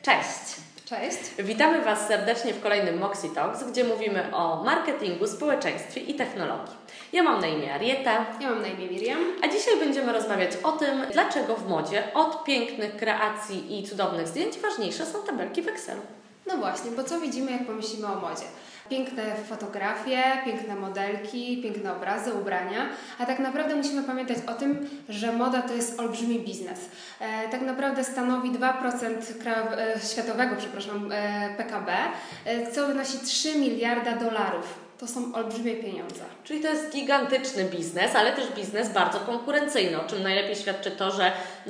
Cześć! Cześć! Witamy Was serdecznie w kolejnym Moxie Talks, gdzie mówimy o marketingu, społeczeństwie i technologii. Ja mam na imię Arieta. Ja mam na imię Miriam. A dzisiaj będziemy rozmawiać o tym, dlaczego w modzie od pięknych kreacji i cudownych zdjęć ważniejsze są tabelki w Excelu. No właśnie, bo co widzimy, jak pomyślimy o modzie? Piękne fotografie, piękne modelki, piękne obrazy, ubrania, a tak naprawdę musimy pamiętać o tym, że moda to jest olbrzymi biznes. Tak naprawdę stanowi 2% światowego PKB, co wynosi 3 miliarda dolarów. To są olbrzymie pieniądze. Czyli to jest gigantyczny biznes, ale też biznes bardzo konkurencyjny, o czym najlepiej świadczy to, że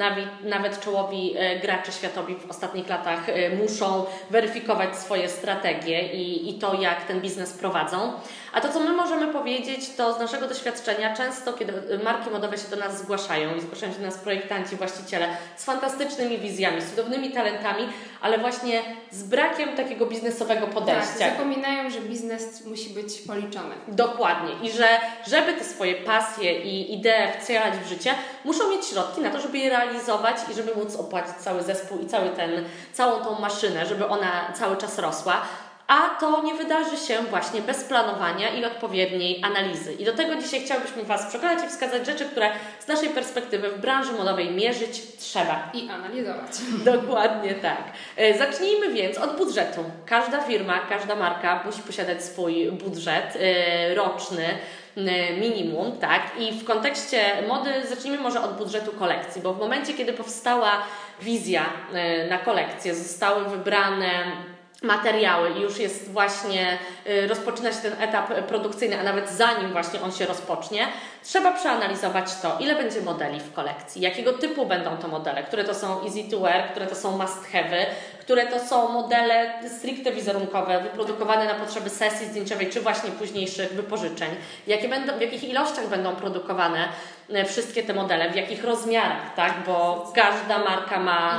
nawet czołowi gracze światowi w ostatnich latach muszą weryfikować swoje strategie i to, jak ten biznes prowadzą. A to, co my możemy powiedzieć, to z naszego doświadczenia często, kiedy marki modowe się do nas zgłaszają i zgłaszają się do nas projektanci, właściciele z fantastycznymi wizjami, z cudownymi talentami, ale właśnie z brakiem takiego biznesowego podejścia. Tak, zapominają, że biznes musi być policzony. Dokładnie. I że żeby te swoje pasje i idee wcielać w życie, muszą mieć środki na to, żeby je realizować i żeby móc opłacić cały zespół i całą tą maszynę, żeby ona cały czas rosła. A to nie wydarzy się właśnie bez planowania i odpowiedniej analizy. I do tego dzisiaj chciałbyśmy Was przekonać i wskazać rzeczy, które z naszej perspektywy w branży modowej mierzyć trzeba. I analizować. Dokładnie tak. Zacznijmy więc od budżetu. Każda firma, każda marka musi posiadać swój budżet roczny, minimum, tak? I w kontekście mody zacznijmy może od budżetu kolekcji, bo w momencie, kiedy powstała wizja na kolekcję, zostały wybrane materiały i już jest właśnie, rozpoczyna się ten etap produkcyjny, a nawet zanim właśnie on się rozpocznie, trzeba przeanalizować to, ile będzie modeli w kolekcji, jakiego typu będą to modele, które to są easy to wear, które to są must have'y, które to są modele stricte wizerunkowe, wyprodukowane na potrzeby sesji zdjęciowej, czy właśnie późniejszych wypożyczeń, w jakich ilościach będą produkowane wszystkie te modele, w jakich rozmiarach, tak? Bo każda marka ma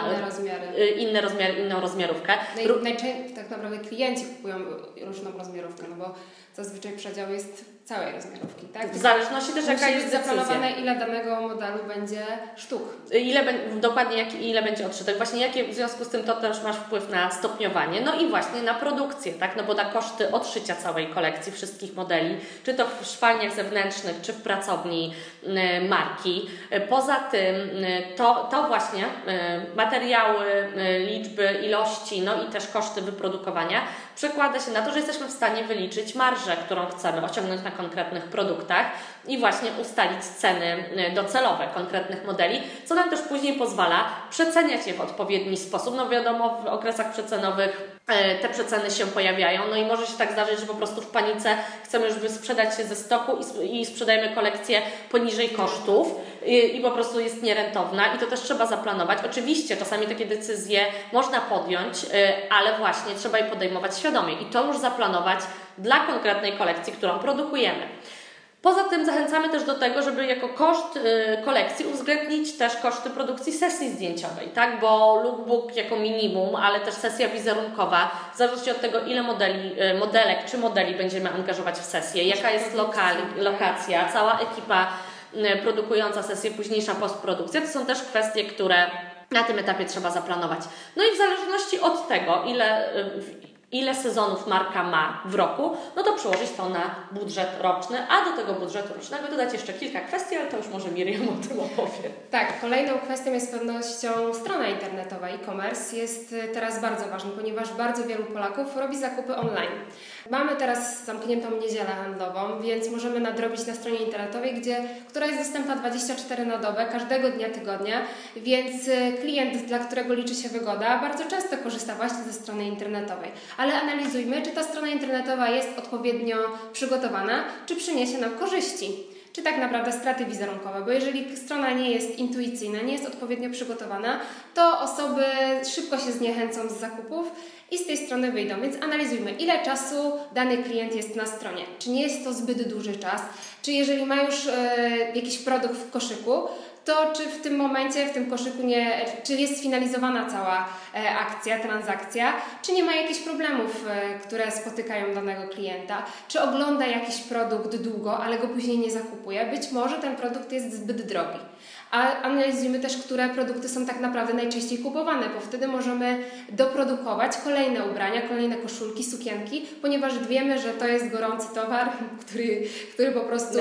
inne rozmiary, inną rozmiarówkę. Najczęściej tak naprawdę klienci kupują różną rozmiarówkę, no bo zazwyczaj przedział jest całej rozmiarówki, tak? W zależności też jaka jest decyzja. Zaplanowane, ile danego modelu będzie sztuk. Dokładnie ile będzie odszytek. Właśnie jakie w związku z tym to też masz wpływ na stopniowanie. No i właśnie na produkcję, tak? No bo na koszty odszycia całej kolekcji, wszystkich modeli, czy to w szwalniach zewnętrznych, czy w pracowni marki. Poza tym to właśnie materiały, liczby, ilości, no i też koszty wyprodukowania przekłada się na to, że jesteśmy w stanie wyliczyć marżę, którą chcemy osiągnąć na konkretnych produktach i właśnie ustalić ceny docelowe konkretnych modeli, co nam też później pozwala przeceniać je w odpowiedni sposób. No wiadomo, w okresach przecenowych te przeceny się pojawiają, no i może się tak zdarzyć, że po prostu w panice chcemy już wysprzedać się ze stoku i sprzedajemy kolekcję poniżej kosztów i po prostu jest nierentowna i to też trzeba zaplanować. Oczywiście czasami takie decyzje można podjąć, ale właśnie trzeba je podejmować świadomie i to już zaplanować dla konkretnej kolekcji, którą produkujemy. Poza tym zachęcamy też do tego, żeby jako koszt kolekcji uwzględnić też koszty produkcji sesji zdjęciowej, tak? Bo lookbook jako minimum, ale też sesja wizerunkowa, w zależności od tego, ile modelek czy modeli będziemy angażować w sesję, jaka jest lokacja, cała ekipa produkująca sesję, późniejsza postprodukcja, to są też kwestie, które na tym etapie trzeba zaplanować. No i w zależności od tego, ile sezonów marka ma w roku, no to przełożyć to na budżet roczny, a do tego budżetu rocznego dodać jeszcze kilka kwestii, ale to już może Miriam o tym opowie. Tak, kolejną kwestią jest z pewnością strona internetowa. E-commerce jest teraz bardzo ważny, ponieważ bardzo wielu Polaków robi zakupy online. Mamy teraz zamkniętą niedzielę handlową, więc możemy nadrobić na stronie internetowej, która jest dostępna 24 na dobę, każdego dnia tygodnia, więc klient, dla którego liczy się wygoda, bardzo często korzysta właśnie ze strony internetowej. Ale analizujmy, czy ta strona internetowa jest odpowiednio przygotowana, czy przyniesie nam korzyści, czy tak naprawdę straty wizerunkowe, bo jeżeli strona nie jest intuicyjna, nie jest odpowiednio przygotowana, to osoby szybko się zniechęcą z zakupów i z tej strony wyjdą. Więc analizujmy, ile czasu dany klient jest na stronie. Czy nie jest to zbyt duży czas? Czy jeżeli ma już jakiś produkt w koszyku, to czy w tym momencie, w tym koszyku czy jest sfinalizowana cała akcja, transakcja, czy nie ma jakichś problemów, które spotykają danego klienta, czy ogląda jakiś produkt długo, ale go później nie zakupuje. Być może ten produkt jest zbyt drogi. a analizujmy też, które produkty są tak naprawdę najczęściej kupowane, bo wtedy możemy doprodukować kolejne ubrania, kolejne koszulki, sukienki, ponieważ wiemy, że to jest gorący towar, który po prostu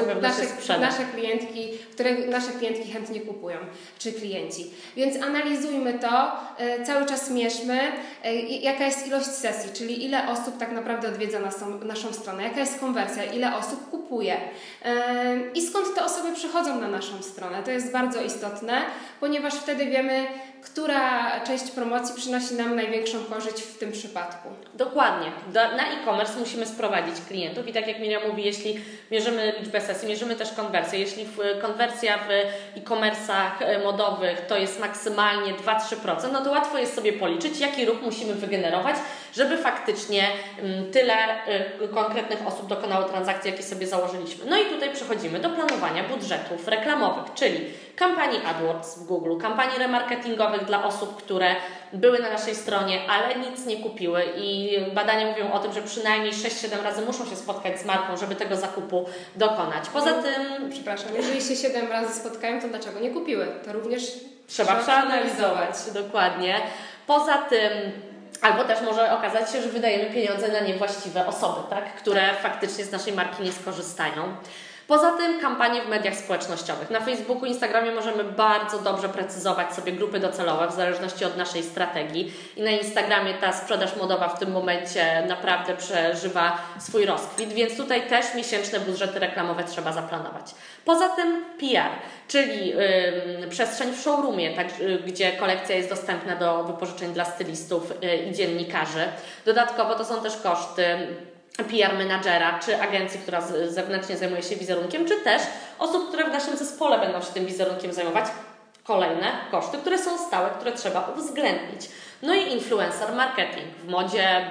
nasze klientki chętnie kupują, czy klienci. Więc analizujmy to, cały czas mierzmy, jaka jest ilość sesji, czyli ile osób tak naprawdę odwiedza naszą stronę, jaka jest konwersja, ile osób kupuje i skąd te osoby przychodzą na naszą stronę. To jest bardzo istotne, ponieważ wtedy wiemy, która część promocji przynosi nam największą korzyść w tym przypadku. Dokładnie. Na e-commerce musimy sprowadzić klientów i tak jak Miriam mówi, jeśli mierzymy liczbę sesji, mierzymy też konwersję. Jeśli konwersja w e-commerce'ach modowych to jest maksymalnie 2-3%, no to łatwo jest sobie policzyć, jaki ruch musimy wygenerować, żeby faktycznie tyle konkretnych osób dokonało transakcji, jakie sobie założyliśmy. No i tutaj przechodzimy do planowania budżetów reklamowych, czyli kampanii AdWords w Google, kampanii remarketingowych dla osób, które były na naszej stronie, ale nic nie kupiły i badania mówią o tym, że przynajmniej 6-7 razy muszą się spotkać z marką, żeby tego zakupu dokonać. Poza tym... Przepraszam, jeżeli się 7 razy spotkają, to dlaczego nie kupiły? To również trzeba przeanalizować. Dokładnie. Poza tym... Albo też może okazać się, że wydajemy pieniądze na niewłaściwe osoby, tak? Które faktycznie z naszej marki nie skorzystają. Poza tym kampanie w mediach społecznościowych. Na Facebooku, Instagramie możemy bardzo dobrze precyzować sobie grupy docelowe w zależności od naszej strategii. I na Instagramie ta sprzedaż modowa w tym momencie naprawdę przeżywa swój rozkwit, więc tutaj też miesięczne budżety reklamowe trzeba zaplanować. Poza tym PR, czyli przestrzeń w showroomie, gdzie kolekcja jest dostępna do wypożyczeń dla stylistów i dziennikarzy. Dodatkowo to są też koszty PR menadżera, czy agencji, która zewnętrznie zajmuje się wizerunkiem, czy też osób, które w naszym zespole będą się tym wizerunkiem zajmować. Kolejne koszty, które są stałe, które trzeba uwzględnić. No i influencer marketing w modzie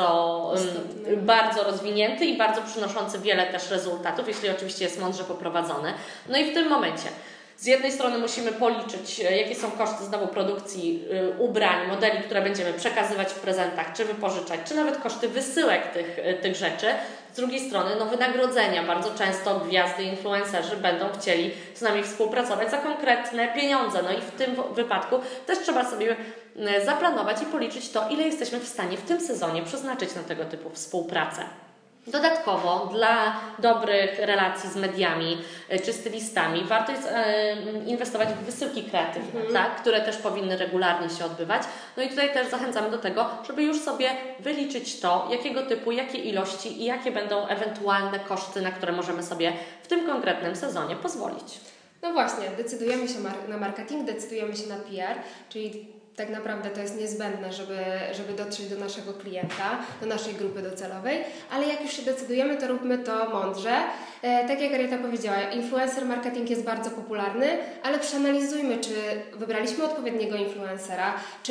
bardzo rozwinięty i bardzo przynoszący wiele też rezultatów, jeśli oczywiście jest mądrze poprowadzony. No i w tym momencie z jednej strony musimy policzyć, jakie są koszty znowu produkcji ubrań, modeli, które będziemy przekazywać w prezentach, czy wypożyczać, czy nawet koszty wysyłek tych rzeczy. Z drugiej strony wynagrodzenia. Bardzo często gwiazdy, influencerzy będą chcieli z nami współpracować za konkretne pieniądze. No i w tym wypadku też trzeba sobie zaplanować i policzyć to, ile jesteśmy w stanie w tym sezonie przeznaczyć na tego typu współpracę. Dodatkowo dla dobrych relacji z mediami czy stylistami warto jest inwestować w wysyłki kreatywne, tak? Które też powinny regularnie się odbywać. No i tutaj też zachęcamy do tego, żeby już sobie wyliczyć to, jakiego typu, jakie ilości i jakie będą ewentualne koszty, na które możemy sobie w tym konkretnym sezonie pozwolić. No właśnie, decydujemy się na marketing, decydujemy się na PR, czyli tak naprawdę to jest niezbędne, żeby dotrzeć do naszego klienta, do naszej grupy docelowej, ale jak już się decydujemy, to róbmy to mądrze. Tak jak Arieta powiedziała, influencer marketing jest bardzo popularny, ale przeanalizujmy, czy wybraliśmy odpowiedniego influencera, czy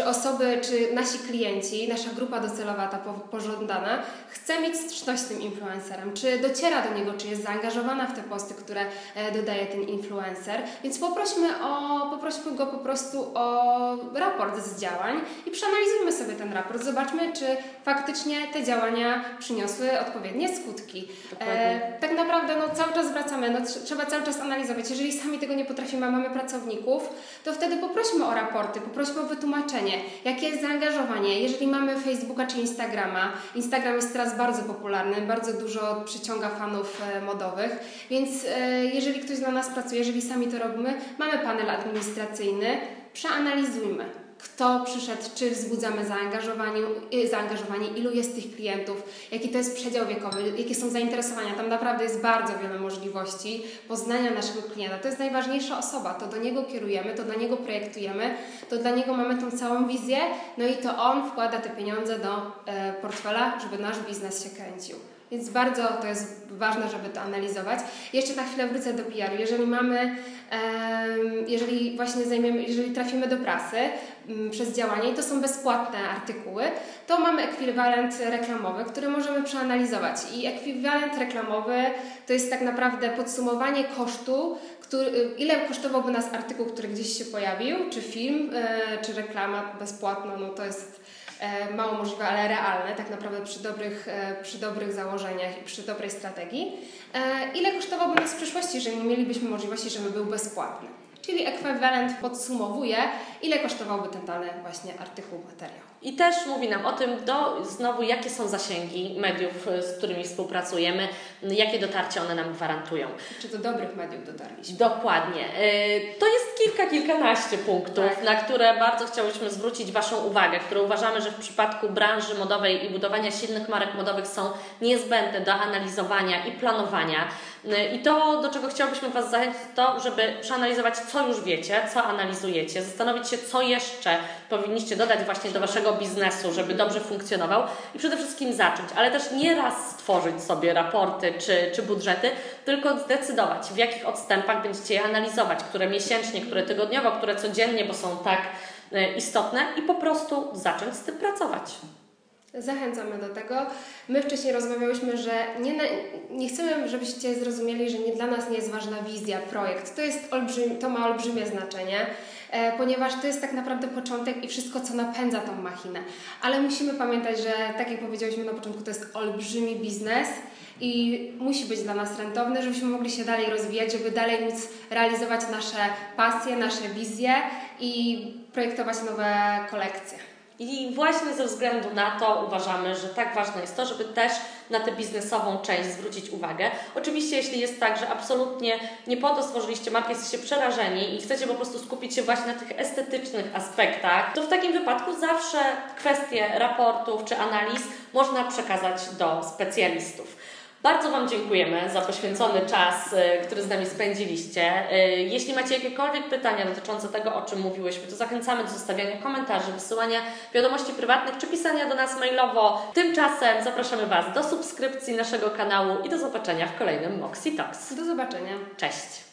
nasi klienci, nasza grupa docelowa, ta pożądana, chce mieć styczność z tym influencerem, czy dociera do niego, czy jest zaangażowana w te posty, które dodaje ten influencer. Więc poprośmy go po prostu o raport z działań i przeanalizujmy sobie ten raport. Zobaczmy, czy faktycznie te działania przyniosły odpowiednie skutki. Tak naprawdę cały czas wracamy, trzeba cały czas analizować. Jeżeli sami tego nie potrafimy, a mamy pracowników, to wtedy poprośmy o raporty, poprośmy o wytłumaczenie, jakie jest zaangażowanie. Jeżeli mamy Facebooka czy Instagrama, Instagram jest teraz bardzo popularny, bardzo dużo przyciąga fanów modowych, więc jeżeli ktoś dla nas pracuje, jeżeli sami to robimy, mamy panel administracyjny, przeanalizujmy. Kto przyszedł, czy wzbudzamy zaangażowanie, ilu jest tych klientów, jaki to jest przedział wiekowy, jakie są zainteresowania. Tam naprawdę jest bardzo wiele możliwości poznania naszego klienta. To jest najważniejsza osoba, to do niego kierujemy, to dla niego projektujemy, to dla niego mamy tą całą wizję, no i to on wkłada te pieniądze do portfela, żeby nasz biznes się kręcił. Więc bardzo to jest ważne, żeby to analizować. Jeszcze na chwilę wrócę do PR-u. Jeżeli trafimy do prasy przez działanie i to są bezpłatne artykuły, to mamy ekwiwalent reklamowy, który możemy przeanalizować. I ekwiwalent reklamowy to jest tak naprawdę podsumowanie kosztu, ile kosztowałby nas artykuł, który gdzieś się pojawił, czy film, czy reklama bezpłatna, no to jest mało możliwe, ale realne, tak naprawdę przy dobrych założeniach i przy dobrej strategii. Ile kosztowałby nas w przyszłości, jeżeli nie mielibyśmy możliwości, żeby był bezpłatny? czyli ekwiwalent podsumowuje, ile kosztowałby ten dany właśnie artykuł, materiał. I też mówi nam o tym, znowu jakie są zasięgi mediów, z którymi współpracujemy, jakie dotarcie one nam gwarantują. Czy do dobrych mediów dotarliśmy. Dokładnie. To jest kilkanaście punktów, tak, na które bardzo chciałyśmy zwrócić Waszą uwagę, które uważamy, że w przypadku branży modowej i budowania silnych marek modowych są niezbędne do analizowania i planowania. I to, do czego chciałybyśmy Was zachęcić, to, żeby przeanalizować, co już wiecie, co analizujecie, zastanowić się, co jeszcze powinniście dodać właśnie do Waszego biznesu, żeby dobrze funkcjonował i przede wszystkim zacząć, ale też nie raz stworzyć sobie raporty czy budżety, tylko zdecydować, w jakich odstępach będziecie je analizować, które miesięcznie, które tygodniowo, które codziennie, bo są tak istotne i po prostu zacząć z tym pracować. Zachęcamy do tego. My wcześniej rozmawiałyśmy, że nie chcemy, żebyście zrozumieli, że dla nas nie jest ważna wizja, projekt. To ma olbrzymie znaczenie, ponieważ to jest tak naprawdę początek i wszystko, co napędza tą machinę. Ale musimy pamiętać, że tak jak powiedziałyśmy na początku, to jest olbrzymi biznes i musi być dla nas rentowny, żebyśmy mogli się dalej rozwijać, żeby dalej móc realizować nasze pasje, nasze wizje i projektować nowe kolekcje. I właśnie ze względu na to uważamy, że tak ważne jest to, żeby też na tę biznesową część zwrócić uwagę. Oczywiście, jeśli jest tak, że absolutnie nie po to stworzyliście markę, jesteście przerażeni i chcecie po prostu skupić się właśnie na tych estetycznych aspektach, to w takim wypadku zawsze kwestie raportów czy analiz można przekazać do specjalistów. Bardzo Wam dziękujemy za poświęcony czas, który z nami spędziliście. Jeśli macie jakiekolwiek pytania dotyczące tego, o czym mówiłyśmy, to zachęcamy do zostawiania komentarzy, wysyłania wiadomości prywatnych czy pisania do nas mailowo. Tymczasem zapraszamy Was do subskrypcji naszego kanału i do zobaczenia w kolejnym Moxie Talks. Do zobaczenia. Cześć!